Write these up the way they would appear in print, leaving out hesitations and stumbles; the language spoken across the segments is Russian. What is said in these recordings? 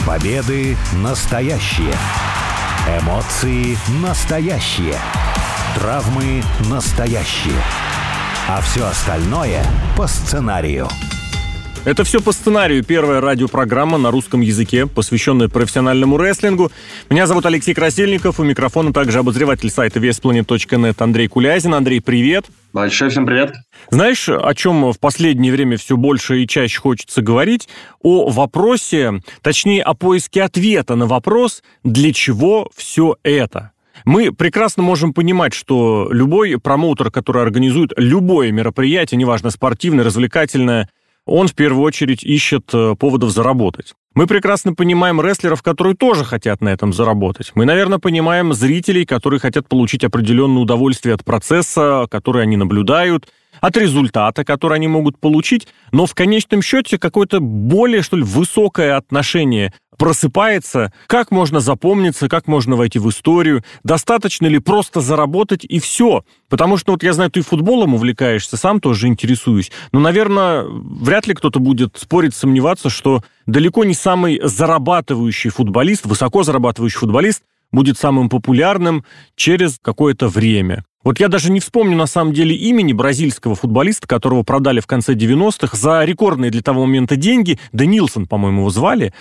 Победы настоящие. Эмоции настоящие. Травмы настоящие. А все остальное по сценарию. Это все по сценарию. Первая радиопрограмма на русском языке, посвященная профессиональному рестлингу. Меня зовут Алексей Красильников. У микрофона также обозреватель сайта VSPlanet.net Андрей Кулязин. Андрей, привет. Большой всем привет. Знаешь, о чем в последнее время все больше и чаще хочется говорить? О вопросе, точнее, о поиске ответа на вопрос, для чего все это? Мы прекрасно можем понимать, что любой промоутер, который организует любое мероприятие, неважно, спортивное, развлекательное, он в первую очередь ищет поводов заработать. Мы прекрасно понимаем рестлеров, которые тоже хотят на этом заработать. Мы, наверное, понимаем зрителей, которые хотят получить определенное удовольствие от процесса, который они наблюдают, от результата, который они могут получить, но в конечном счете какое-то более, что ли, высокое отношение просыпается, как можно запомниться, как можно войти в историю, достаточно ли просто заработать и все. Потому что, вот я знаю, ты футболом увлекаешься, сам тоже интересуюсь, но, наверное, вряд ли кто-то будет спорить, сомневаться, что далеко не самый зарабатывающий футболист, высоко зарабатывающий футболист будет самым популярным через какое-то время. Вот я даже не вспомню, на самом деле, имени бразильского футболиста, которого продали в конце 90-х за рекордные для того момента деньги. Денилсон, по-моему, его звали.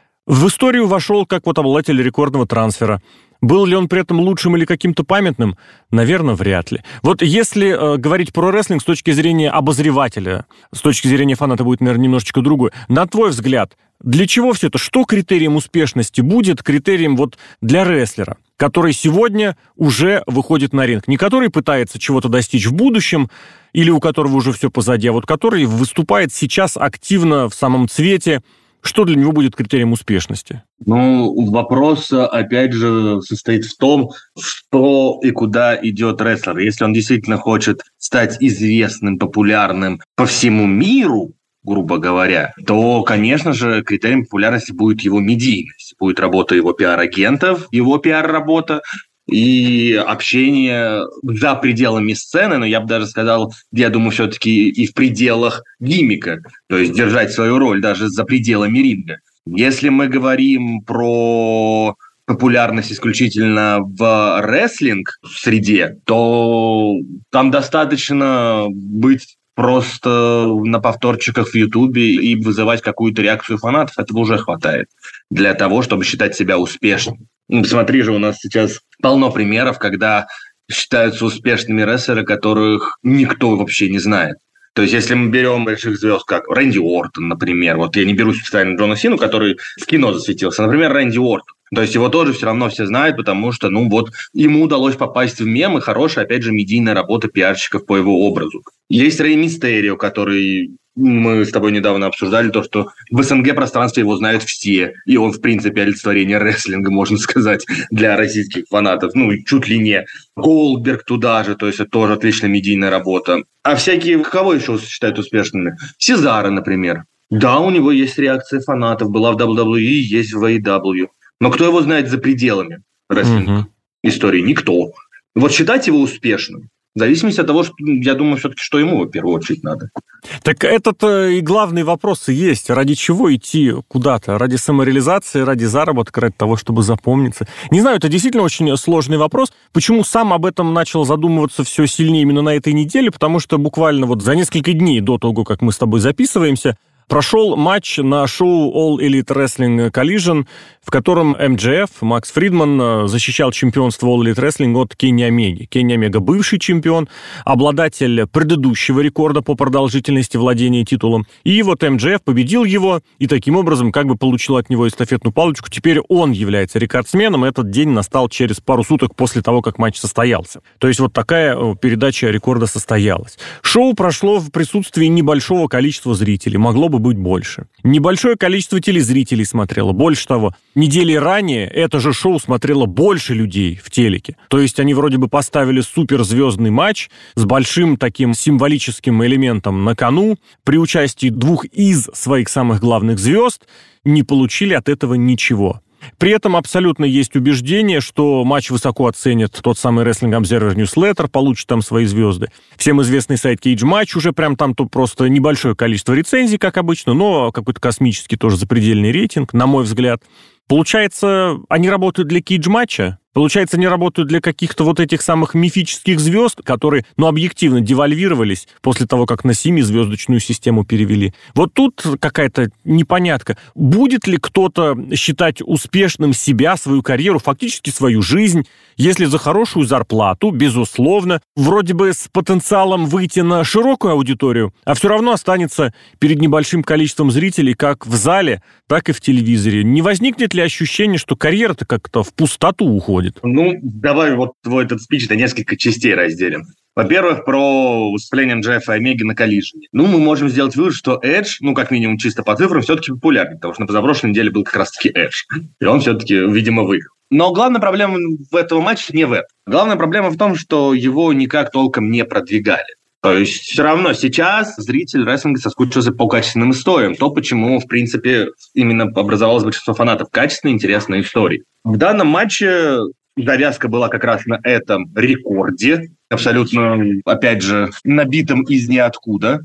В историю вошел как вот обладатель рекордного трансфера. Был ли он при этом лучшим или каким-то памятным? Наверное, вряд ли. Вот если говорить про рестлинг с точки зрения обозревателя, с точки зрения фаната будет, наверное, немножечко другое. На твой взгляд, для чего все это? Что критерием успешности будет, критерием вот для рестлера, который сегодня уже выходит на ринг? Не который пытается чего-то достичь в будущем, или у которого уже все позади, а вот который выступает сейчас активно в самом цвете. Что для него будет критерием успешности? Вопрос, опять же, состоит в том, что и куда идет рестлер. Если он действительно хочет стать известным, популярным по всему миру, грубо говоря, то, конечно же, критерием популярности будет его медийность. Будет работа его пиар-агентов, его пиар-работа, и общение за пределами сцены, но я бы даже сказал, я думаю, все-таки и в пределах гиммика, то есть держать свою роль даже за пределами ринга. Если мы говорим про популярность исключительно в рестлинг-среде, то там достаточно быть просто на повторчиках в Ютубе и вызывать какую-то реакцию фанатов, этого уже хватает для того, чтобы считать себя успешным. Смотри же, у нас сейчас полно примеров, когда считаются успешными рестлеры, которых никто вообще не знает. То есть, если мы берем больших звезд, как Рэнди Ортон, например, вот я не беру специально Джона Сину, который в кино засветился, например, Рэнди Ортон. То есть, его тоже все равно все знают, потому что, ему удалось попасть в мем, и хорошая, опять же, медийная работа пиарщиков по его образу. Есть Рэй Мистерио, который... Мы с тобой недавно обсуждали то, что в СНГ пространстве его знают все, и он, в принципе, олицетворение рестлинга, можно сказать, для российских фанатов, чуть ли не. Голдберг туда же, то есть это тоже отличная медийная работа. А всякие, кого еще считают успешными? Сезаро, например. Да, у него есть реакция фанатов, была в WWE, есть в AEW. Но кто его знает за пределами рестлинга истории? Никто. Вот считать его успешным, в зависимости от того, что, я думаю, все-таки, что ему в первую очередь надо. Так этот и главный вопрос и есть. Ради чего идти куда-то? Ради самореализации, ради заработка, ради того, чтобы запомниться? Не знаю, это действительно очень сложный вопрос. Почему сам об этом начал задумываться все сильнее именно на этой неделе? Потому что буквально вот за несколько дней до того, как мы с тобой записываемся, прошел матч на шоу All Elite Wrestling Collision, в котором МДФ, Макс Фридман, защищал чемпионство All Elite Wrestling от Кенни Омеги. Кенни Омега бывший чемпион, обладатель предыдущего рекорда по продолжительности владения титулом. И вот МДФ победил его и таким образом как бы получил от него эстафетную палочку. Теперь он является рекордсменом, и этот день настал через пару суток после того, как матч состоялся. То есть вот такая передача рекорда состоялась. Шоу прошло в присутствии небольшого количества зрителей, могло бы быть больше. Небольшое количество телезрителей смотрело. Больше того, недели ранее это же шоу смотрело больше людей в телеке. То есть они вроде бы поставили суперзвездный матч с большим таким символическим элементом на кону. При участии двух из своих самых главных звезд не получили от этого ничего. При этом абсолютно есть убеждение, что матч высоко оценит тот самый Wrestling Observer Newsletter, получит там свои звезды. Всем известный сайт Cage Match, уже прям там то просто небольшое количество рецензий, как обычно, но какой-то космический тоже запредельный рейтинг, на мой взгляд. Получается, они работают для кейдж-матча? Получается, они работают для каких-то вот этих самых мифических звезд, которые, объективно девальвировались после того, как на 7-звездочную систему перевели. Вот тут какая-то непонятка. Будет ли кто-то считать успешным себя, свою карьеру, фактически свою жизнь, если за хорошую зарплату, безусловно, вроде бы с потенциалом выйти на широкую аудиторию, а все равно останется перед небольшим количеством зрителей как в зале, так и в телевизоре. Не возникнет ли ощущение, что карьера-то как-то в пустоту уходит? Давай вот твой этот спич на несколько частей разделим. Во-первых, про выступление Джеффа и Омеги на Collision. Мы можем сделать вывод, что Эдж, как минимум чисто по цифрам, все-таки популярный, потому что на позапрошлой неделе был как раз-таки Эдж. И он все-таки, видимо, выиграл. Но главная проблема в этом матче не в этом. Главная проблема в том, что его никак толком не продвигали. То есть все равно сейчас зритель рестлинга соскучился по качественным историям. То, почему, в принципе, именно образовалось большинство фанатов. Качественные, интересные истории. В данном матче завязка была как раз на этом рекорде. Абсолютно, опять же, набитым из ниоткуда.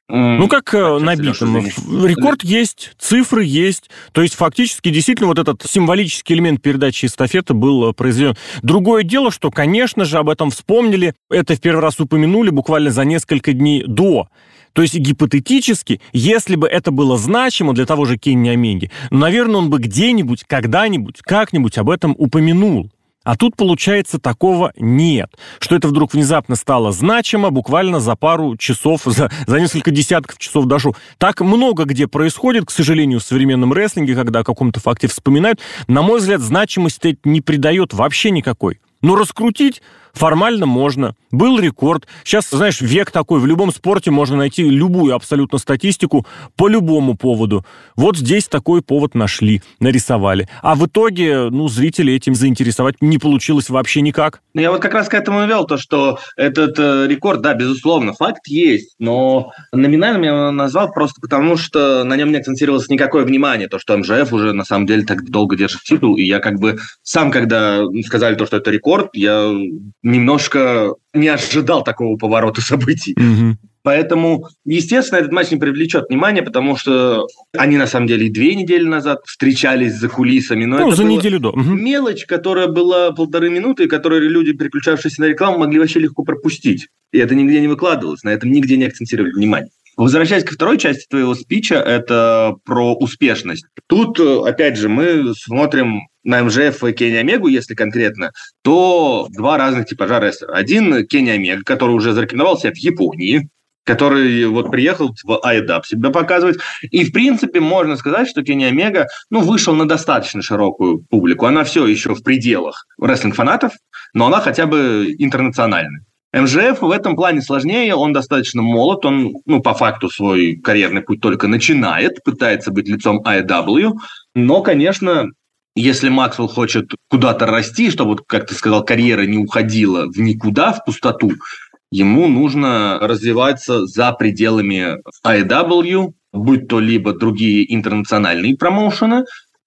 Как набитым? Рекорд есть, цифры есть. То есть фактически действительно вот этот символический элемент передачи эстафеты был произведен. Другое дело, что, конечно же, об этом вспомнили. Это в первый раз упомянули буквально за несколько дней до. То есть гипотетически, если бы это было значимо для того же Кенни Омеги, наверное, он бы где-нибудь, когда-нибудь, как-нибудь об этом упомянул. А тут, получается, такого нет. Что это вдруг внезапно стало значимо буквально за пару часов, за несколько десятков часов до шоу. Так много где происходит, к сожалению, в современном рестлинге, когда о каком-то факте вспоминают. На мой взгляд, значимости это не придает вообще никакой. Но раскрутить формально можно. Был рекорд. Сейчас, знаешь, век такой. В любом спорте можно найти любую абсолютно статистику по любому поводу. Вот здесь такой повод нашли, нарисовали. А в итоге, зрителей этим заинтересовать не получилось вообще никак. Я вот как раз к этому и вел, то, что этот рекорд, да, безусловно, факт есть, но номинальным я его назвал просто потому, что на нем не акцентировалось никакое внимание, то, что МЖФ уже на самом деле так долго держит титул, и я сам, когда сказали то, что это рекорд, я немножко не ожидал такого поворота событий. Mm-hmm. Поэтому, естественно, этот матч не привлечет внимания, потому что они, на самом деле, и 2 недели назад встречались за кулисами. Но это за неделю до. Мелочь, которая была 1,5 минуты, и которую люди, переключавшиеся на рекламу, могли вообще легко пропустить. И это нигде не выкладывалось, на этом нигде не акцентировали внимание. Возвращаясь ко второй части твоего спича, это про успешность. Тут, опять же, мы смотрим на МЖФ и Кенни Омегу, если конкретно, то 2 разных типажа рестлера. Один Кенни Омега, который уже зарекомендовал себя в Японии, который приехал в AEW себя показывать. И, в принципе, можно сказать, что Кенни Омега, вышел на достаточно широкую публику. Она все еще в пределах рестлинг-фанатов, но она хотя бы интернациональная. МЖФ в этом плане сложнее, он достаточно молод, он, по факту, свой карьерный путь только начинает, пытается быть лицом AEW, но, конечно, если Максвелл хочет куда-то расти, чтобы, как ты сказал, карьера не уходила в никуда, в пустоту, ему нужно развиваться за пределами AEW, будь то либо другие интернациональные промоушены,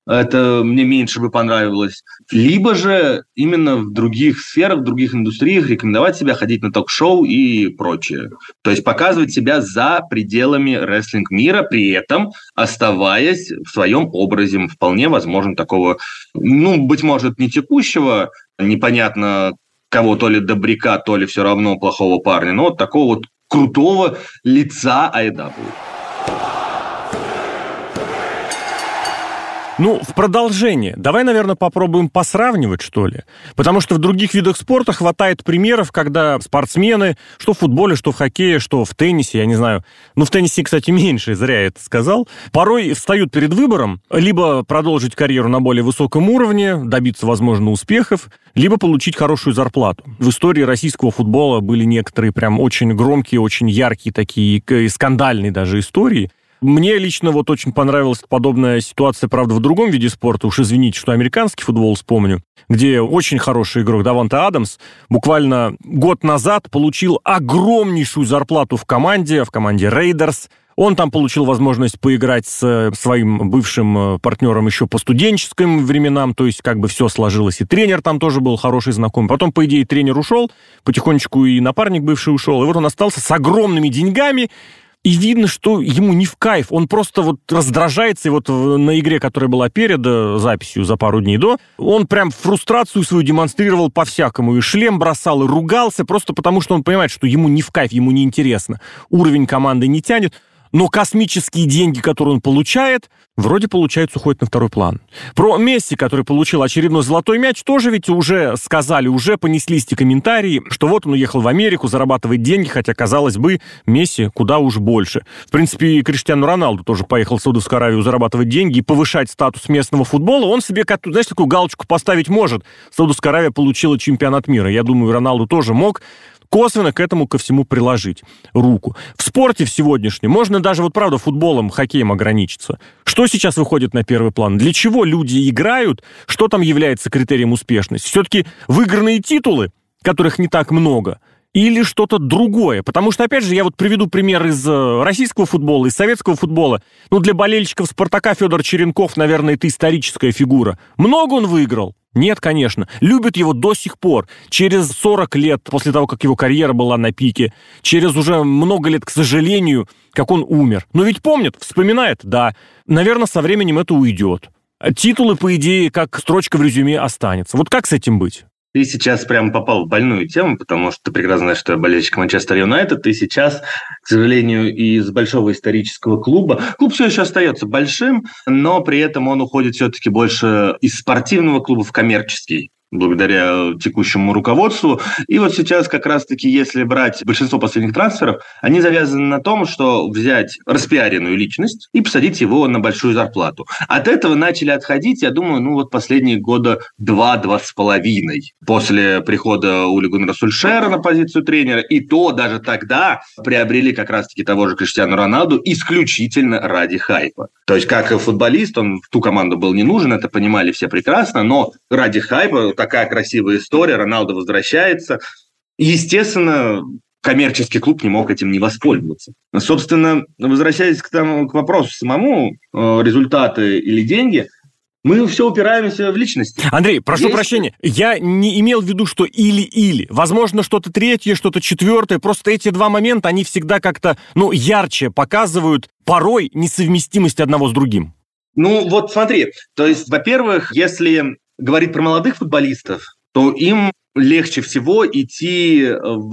это мне меньше бы понравилось, либо же именно в других сферах, в других индустриях рекомендовать себя, ходить на ток-шоу и прочее. То есть показывать себя за пределами рестлинг-мира, при этом оставаясь в своем образе. Вполне возможно такого, быть может, не текущего, непонятно кого, то ли добряка, то ли все равно плохого парня, но вот такого вот крутого лица AEW. В продолжение. Давай, наверное, попробуем посравнивать, что ли. Потому что в других видах спорта хватает примеров, когда спортсмены, что в футболе, что в хоккее, что в теннисе, я не знаю. В теннисе, кстати, меньше, зря я это сказал. Порой встают перед выбором либо продолжить карьеру на более высоком уровне, добиться, возможно, успехов, либо получить хорошую зарплату. В истории российского футбола были некоторые прям очень громкие, очень яркие такие, скандальные даже истории. Мне лично вот очень понравилась подобная ситуация, правда, в другом виде спорта. Уж извините, что американский футбол вспомню, где очень хороший игрок Даванте Адамс буквально год назад получил огромнейшую зарплату в команде Рейдерс. Он там получил возможность поиграть с своим бывшим партнером еще по студенческим временам, то есть как бы все сложилось, и тренер там тоже был хороший знакомый. Потом, по идее, тренер ушел, потихонечку и напарник бывший ушел, и вот он остался с огромными деньгами, и видно, что ему не в кайф, он просто вот раздражается, и вот на игре, которая была перед записью за пару дней до, он прям фрустрацию свою демонстрировал по-всякому, и шлем бросал, и ругался, просто потому что он понимает, что ему не в кайф, ему не интересно, уровень команды не тянет. Но космические деньги, которые он получает, вроде, получается, уходят на второй план. Про Месси, который получил очередной золотой мяч, тоже ведь уже сказали, уже понеслись те комментарии, что вот он уехал в Америку, зарабатывает деньги, хотя, казалось бы, Месси куда уж больше. В принципе, и Криштиану Роналду тоже поехал в Саудовскую Аравию зарабатывать деньги и повышать статус местного футбола. Он себе, знаешь, такую галочку поставить может. Саудовская Аравия получила чемпионат мира. Я думаю, Роналду тоже мог косвенно к этому ко всему приложить руку. В спорте в сегодняшнем можно даже, вот правда, футболом, хоккеем ограничиться. Что сейчас выходит на первый план? Для чего люди играют? Что там является критерием успешности? Все-таки выигранные титулы, которых не так много, или что-то другое? Потому что, опять же, я вот приведу пример из российского футбола, из советского футбола. Для болельщиков «Спартака» Федор Черенков, наверное, это историческая фигура. Много он выиграл? Нет, конечно. Любят его до сих пор. Через 40 лет после того, как его карьера была на пике, через уже много лет, к сожалению, как он умер. Но ведь помнят, вспоминает, да. Наверное, со временем это уйдет. Титулы, по идее, как строчка в резюме останется. Вот как с этим быть? Ты сейчас прям попал в больную тему, потому что ты прекрасно знаешь, что я болельщик Манчестер Юнайтед. Ты сейчас, к сожалению, из большого исторического клуба. Клуб все еще остается большим, но при этом он уходит все-таки больше из спортивного клуба в коммерческий, благодаря текущему руководству. И вот сейчас как раз-таки, если брать большинство последних трансферов, они завязаны на том, что взять распиаренную личность и посадить его на большую зарплату. От этого начали отходить, я думаю, последние года 2-2,5 после прихода Ули Гуннера Сульшера на позицию тренера. И то даже тогда приобрели как раз-таки того же Криштиану Роналду исключительно ради хайпа. То есть как футболист он в ту команду был не нужен, это понимали все прекрасно, но ради хайпа такая красивая история, Роналду возвращается. Естественно, коммерческий клуб не мог этим не воспользоваться. Собственно, возвращаясь к вопросу самому, результаты или деньги, мы все упираемся в личности. Андрей, прошу прощения, я не имел в виду, что или-или. Возможно, что-то третье, что-то четвертое. Просто эти два момента, они всегда как-то, ярче показывают порой несовместимость одного с другим. Смотри, то есть, во-первых, если говорить про молодых футболистов, то им легче всего идти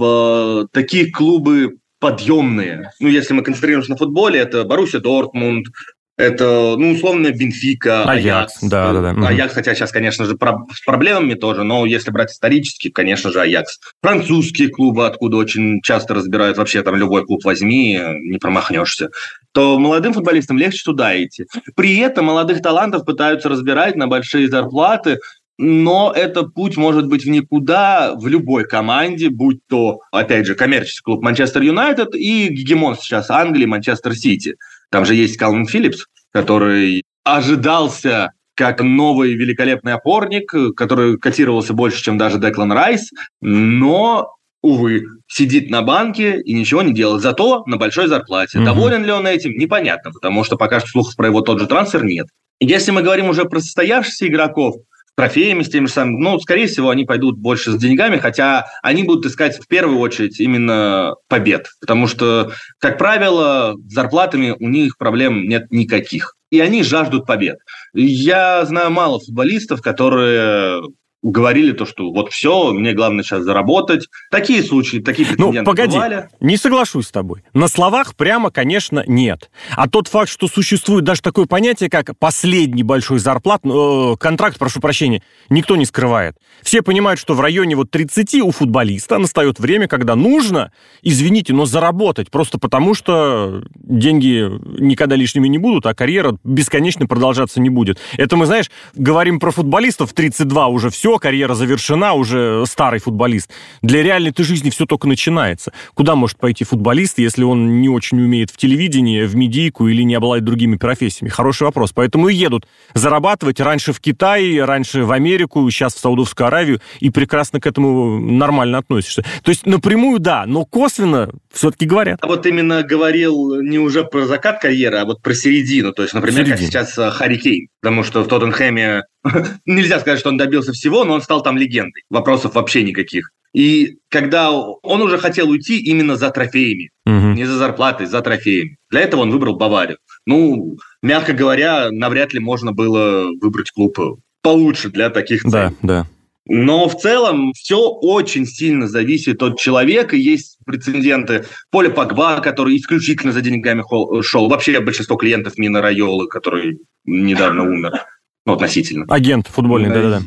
в такие клубы подъемные. Если мы концентрируемся на футболе, это Боруссия Дортмунд, это, условно, Бенфика, Аякс. Да. Аякс, хотя сейчас, конечно же, с проблемами тоже, но если брать исторически, конечно же, Аякс. Французские клубы, откуда очень часто разбирают, вообще там любой клуб возьми, не промахнешься. То молодым футболистам легче туда идти. При этом молодых талантов пытаются разбирать на большие зарплаты, но этот путь может быть в никуда в любой команде, будь то, опять же, коммерческий клуб Манчестер Юнайтед и гегемон сейчас Англии Манчестер Сити. Там же есть Калвин Филлипс, который ожидался как новый великолепный опорник, который котировался больше, чем даже Деклан Райс, но, увы, сидит на банке и ничего не делает, зато на большой зарплате. Доволен ли он этим? Непонятно, потому что пока что слухов про его тот же трансфер нет. Если мы говорим уже про состоявшихся игроков, трофеями с теми же самыми, скорее всего, они пойдут больше с деньгами, хотя они будут искать в первую очередь именно побед, потому что, как правило, с зарплатами у них проблем нет никаких, и они жаждут побед. Я знаю мало футболистов, которые говорили то, что вот все, мне главное сейчас заработать. Такие случаи, такие претенденты бывали. Не соглашусь с тобой. На словах прямо, конечно, нет. А тот факт, что существует даже такое понятие, как последний большой контракт, прошу прощения, никто не скрывает. Все понимают, что в районе 30 у футболиста настает время, когда нужно, извините, но заработать, просто потому что деньги никогда лишними не будут, а карьера бесконечно продолжаться не будет. Это мы, знаешь, говорим про футболистов в 32 уже все, все, карьера завершена, уже старый футболист. Для реальной-то жизни все только начинается. Куда может пойти футболист, если он не очень умеет в телевидении, в медийку или не обладает другими профессиями? Хороший вопрос. Поэтому и едут зарабатывать раньше в Китай, раньше в Америку, сейчас в Саудовскую Аравию, и прекрасно к этому нормально относишься. То есть напрямую да, но косвенно все-таки говорят. А вот именно говорил не уже про закат карьеры, а вот про середину. То есть, например, как сейчас Харри Кейн. Потому что в Тоттенхэме нельзя сказать, что он добился всего, но он стал там легендой. Вопросов вообще никаких. И когда он уже хотел уйти именно за трофеями, не за зарплатой, за трофеями. Для этого он выбрал Баварию. Ну, мягко говоря, навряд ли можно было выбрать клуб получше для таких целей. Да. Но в целом все очень сильно зависит от человека. Есть прецеденты Поля Погба, который исключительно за деньгами шел. Вообще большинство клиентов Мина Райолы, который недавно умер. Ну, относительно. Агент футбольный, да-да-да.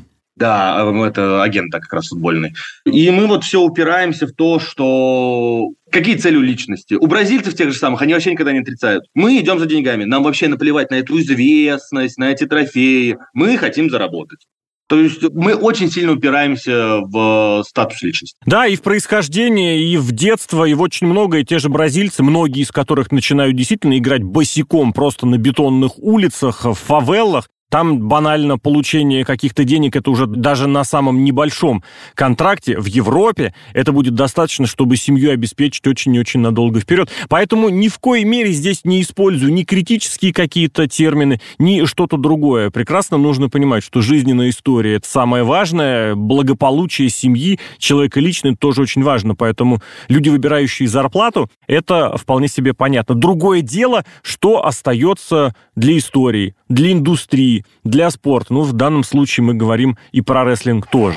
Да, это агент как раз футбольный. И мы вот все упираемся в то, что... Какие цели у личности? У бразильцев тех же самых, они вообще никогда не отрицают. Мы идем за деньгами. Нам вообще наплевать на эту известность, на эти трофеи. Мы хотим заработать. То есть мы очень сильно упираемся в статус личности. Да, и в происхождение, и в детство, и в очень многое. Те же бразильцы, многие из которых начинают действительно играть босиком просто на бетонных улицах, в фавелах. Там банально получение каких-то денег, это уже даже на самом небольшом контракте в Европе, это будет достаточно, чтобы семью обеспечить очень и очень надолго вперед. Поэтому ни в коей мере здесь не использую ни критические какие-то термины, ни что-то другое. Прекрасно нужно понимать, что жизненная история – это самое важное, благополучие семьи, человека лично тоже очень важно. Поэтому люди, выбирающие зарплату, это вполне себе понятно. Другое дело, что остается для истории, для индустрии, для спорта. Ну, в данном случае мы говорим и про рестлинг тоже.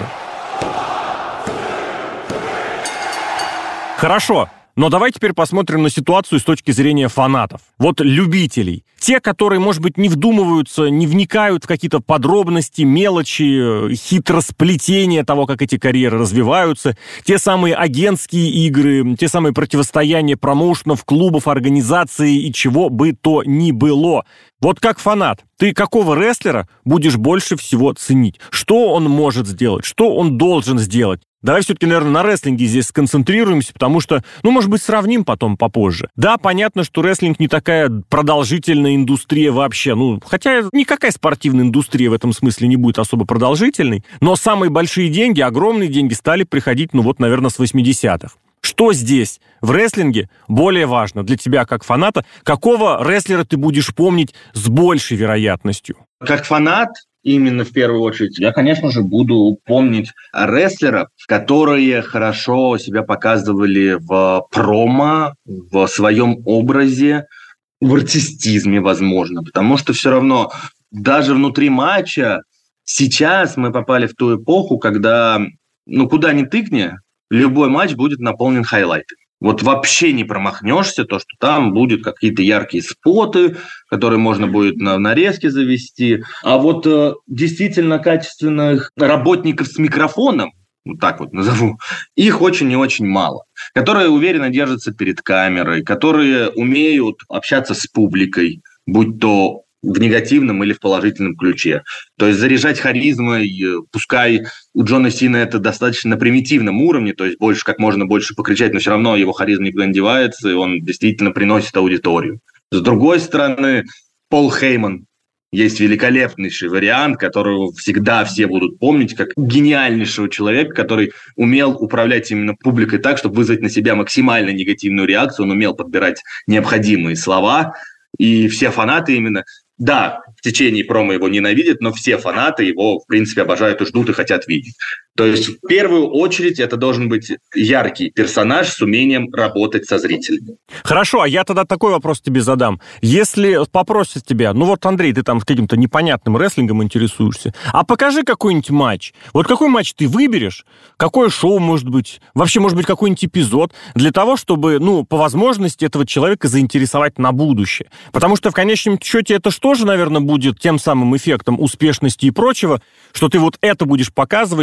Хорошо. Но давай теперь посмотрим на ситуацию с точки зрения фанатов. Вот любителей. Те, которые, может быть, не вдумываются, не вникают в какие-то подробности, мелочи, хитросплетения того, как эти карьеры развиваются. Те самые агентские игры, те самые противостояния промоушенов, клубов, организаций и чего бы то ни было. Вот как фанат, ты какого рестлера будешь больше всего ценить? Что он может сделать? Что он должен сделать? Давай все-таки, наверное, на рестлинге здесь сконцентрируемся, потому что, может быть, сравним потом попозже. Да, понятно, что рестлинг не такая продолжительная индустрия вообще. Хотя никакая спортивная индустрия в этом смысле не будет особо продолжительной. Но самые большие деньги, огромные деньги стали приходить, наверное, с 80-х. Что здесь, в рестлинге, более важно для тебя как фаната? Какого рестлера ты будешь помнить с большей вероятностью? Как фанат, именно в первую очередь, я, конечно же, буду помнить рестлеров, которые хорошо себя показывали в промо, в своем образе, в артистизме, возможно. Потому что все равно даже внутри матча сейчас мы попали в ту эпоху, когда, куда ни тыкни, любой матч будет наполнен хайлайтами. Вот вообще не промахнешься, то, что там будут какие-то яркие споты, которые можно будет на нарезке завести. А вот действительно качественных работников с микрофоном, вот так вот назову, их очень и очень мало. Которые уверенно держатся перед камерой, которые умеют общаться с публикой, будь то в негативном или в положительном ключе. То есть заряжать харизмой, пускай у Джона Сина это достаточно на примитивном уровне, то есть как можно больше покричать, но все равно его харизма никуда не девается, и он действительно приносит аудиторию. С другой стороны, Пол Хейман. Есть великолепнейший вариант, которого всегда все будут помнить, как гениальнейшего человека, который умел управлять именно публикой так, чтобы вызвать на себя максимально негативную реакцию, он умел подбирать необходимые слова, и все фанаты именно... Да, в течение промо его ненавидят, но все фанаты его, в принципе, обожают и ждут, и хотят видеть. То есть, в первую очередь, это должен быть яркий персонаж с умением работать со зрителями. Хорошо, а я тогда такой вопрос тебе задам. Если попросят тебя, Андрей, ты там каким-то непонятным рестлингом интересуешься, а покажи какой-нибудь матч. Вот какой матч ты выберешь, какое шоу, может быть, вообще, может быть, какой-нибудь эпизод, для того, чтобы, по возможности этого человека заинтересовать на будущее. Потому что, в конечном счете, это что же, наверное, будет тем самым эффектом успешности и прочего, что ты вот это будешь показывать,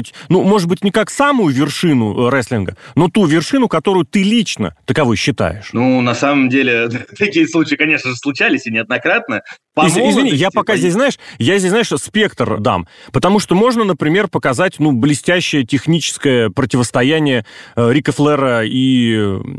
может быть, не как самую вершину рестлинга, но ту вершину, которую ты лично таковой считаешь? На самом деле, такие случаи, конечно же, случались и неоднократно. Извини, я пока здесь, знаешь, спектр дам. Потому что можно, например, показать, блестящее техническое противостояние Рика Флера и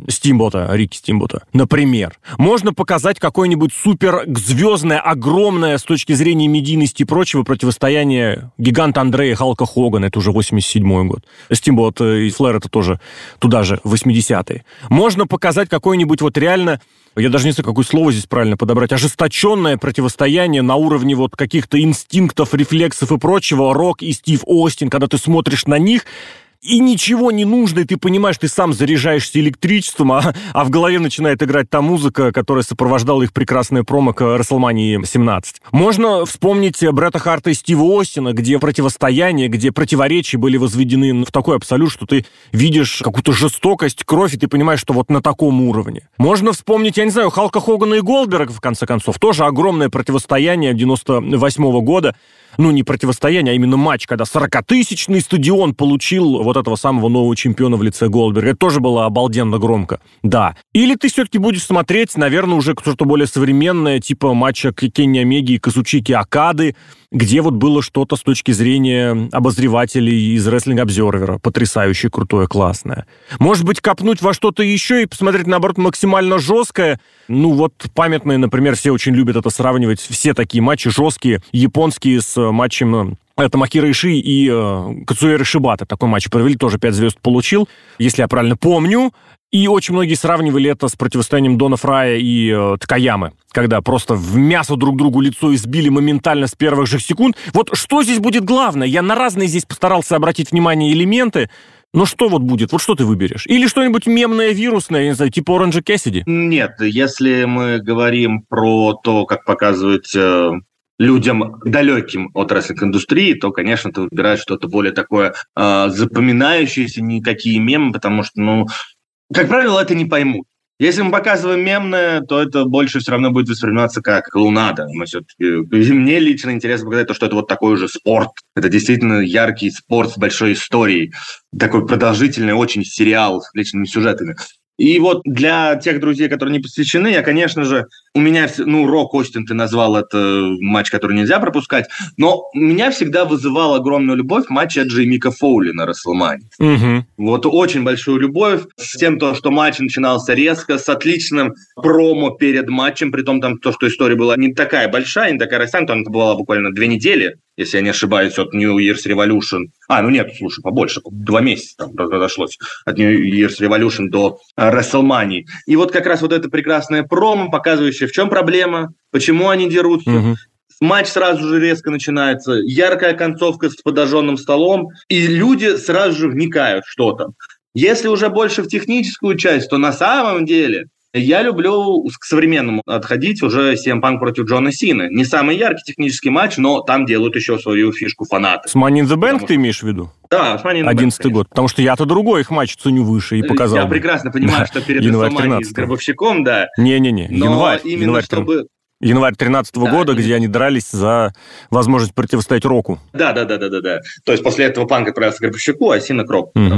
Рики Стимбота, например. Можно показать какое-нибудь суперзвездное, огромное с точки зрения медийности и прочего противостояние гиганта Андрея и Халка Хогана, это уже 87-й год. Стимбот и Флэр это тоже туда же, 80-е. Можно показать какое-нибудь реально, я даже не знаю, какое слово здесь правильно подобрать, ожесточенное противостояние на уровне каких-то инстинктов, рефлексов и прочего, Рок и Стив Остин, когда ты смотришь на них, и ничего не нужно, и ты понимаешь, ты сам заряжаешься электричеством, а в голове начинает играть та музыка, которая сопровождала их прекрасное промо к WrestleMania 17. Можно вспомнить Бретта Харта и Стива Остина, где противостояние, где противоречия были возведены в такой абсолют, что ты видишь какую-то жестокость, кровь, и ты понимаешь, что на таком уровне. Можно вспомнить, я не знаю, Халка Хогана и Голдберга, в конце концов, тоже огромное противостояние 98-го года. Не противостояние, а именно матч, когда 40-тысячный стадион получил этого самого нового чемпиона в лице Голдберга. Это тоже было обалденно громко. Да. Или ты все-таки будешь смотреть, наверное, уже что-то более современное, типа матча Кенни Омеги и Казучики Окады, где было что-то с точки зрения обозревателей из Wrestling Observer. Потрясающе крутое, классное. Может быть, копнуть во что-то еще и посмотреть, наоборот, максимально жесткое. Памятные, например, все очень любят это сравнивать. Все такие матчи жесткие, японские, с матчем Томохиро Ишии и Кацуэра Шибата. Такой матч провели, тоже 5 звезд получил, если я правильно помню. И очень многие сравнивали это с противостоянием Дона Фрая и Такаямы, когда просто в мясо друг другу лицо избили моментально с первых же секунд. Что здесь будет главное? Я на разные здесь постарался обратить внимание элементы. Но что будет? Что ты выберешь? Или что-нибудь мемное, вирусное, я не знаю, типа Оранжа Кэссиди? Нет, если мы говорим про то, как показывать людям, далеким от рестлинг-индустрии, то, конечно, ты выбираешь что-то более такое запоминающееся, никакие мемы, потому что, как правило, это не поймут. Если мы показываем мемное, то это больше все равно будет восприниматься как клоунада. Мне лично интересно показать то, что это такой уже спорт. Это действительно яркий спорт с большой историей. Такой продолжительный очень сериал с личными сюжетами. И для тех друзей, которые не посвящены, я, конечно же, у меня, Рок Остин, ты назвал это матч, который нельзя пропускать, но меня всегда вызывал огромную любовь матч Эджа и Мика Фоули на WrestleMania. Угу. Очень большую любовь с тем, что матч начинался резко, с отличным промо перед матчем, при том, что история была не такая большая, не такая растянутая, она была буквально 2 недели, если я не ошибаюсь, от New Year's Revolution. Побольше, 2 месяца разошлось от New Year's Revolution до WrestleMania. И как раз это прекрасное промо, показывающее, в чем проблема, почему они дерутся. Угу. Матч сразу же резко начинается, яркая концовка с подожженным столом, и люди сразу же вникают, что там. Если уже больше в техническую часть, то на самом деле я люблю к современному отходить уже CM Punk против Джона Сины. Не самый яркий технический матч, но там делают еще свою фишку фанаты. С Money in the Bank ты имеешь в виду? Да, с Money in the Bank. 11-й год. Потому что я-то другой их матч ценю выше и показал. Я прекрасно понимаю, что перед WrestleMania с Гробовщиком, да. Не-не-не, январь. Чтобы... Январь 2013 года, где они дрались за возможность противостоять Року. Да. То есть после этого Панк отправился к Гробовщику, а Сина к Року. Угу.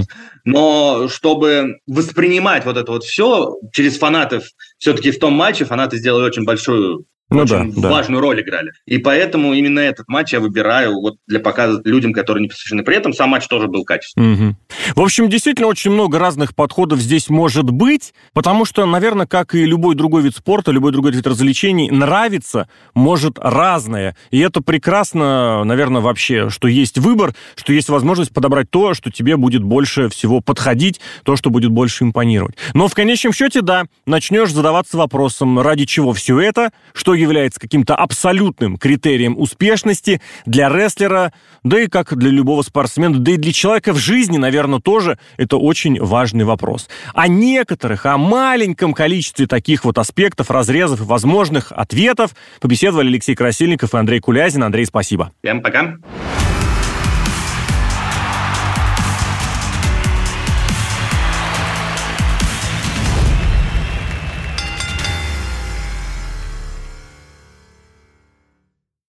Но чтобы воспринимать это все через фанатов, все-таки в том матче фанаты сделали очень большую, важную роль играли. И поэтому именно этот матч я выбираю для показа людям, которые не посвящены. При этом сам матч тоже был качественный. Угу. В общем, действительно, очень много разных подходов здесь может быть, потому что, наверное, как и любой другой вид спорта, любой другой вид развлечений, нравится может разное. И это прекрасно, наверное, вообще, что есть выбор, что есть возможность подобрать то, что тебе будет больше всего подходить, то, что будет больше импонировать. Но в конечном счете, начнешь задаваться вопросом, ради чего все это, что является каким-то абсолютным критерием успешности для рестлера, да и как для любого спортсмена, да и для человека в жизни, наверное, тоже это очень важный вопрос. О маленьком количестве таких аспектов, разрезов и возможных ответов побеседовали Алексей Красильников и Андрей Кулязин. Андрей, спасибо. Всем пока.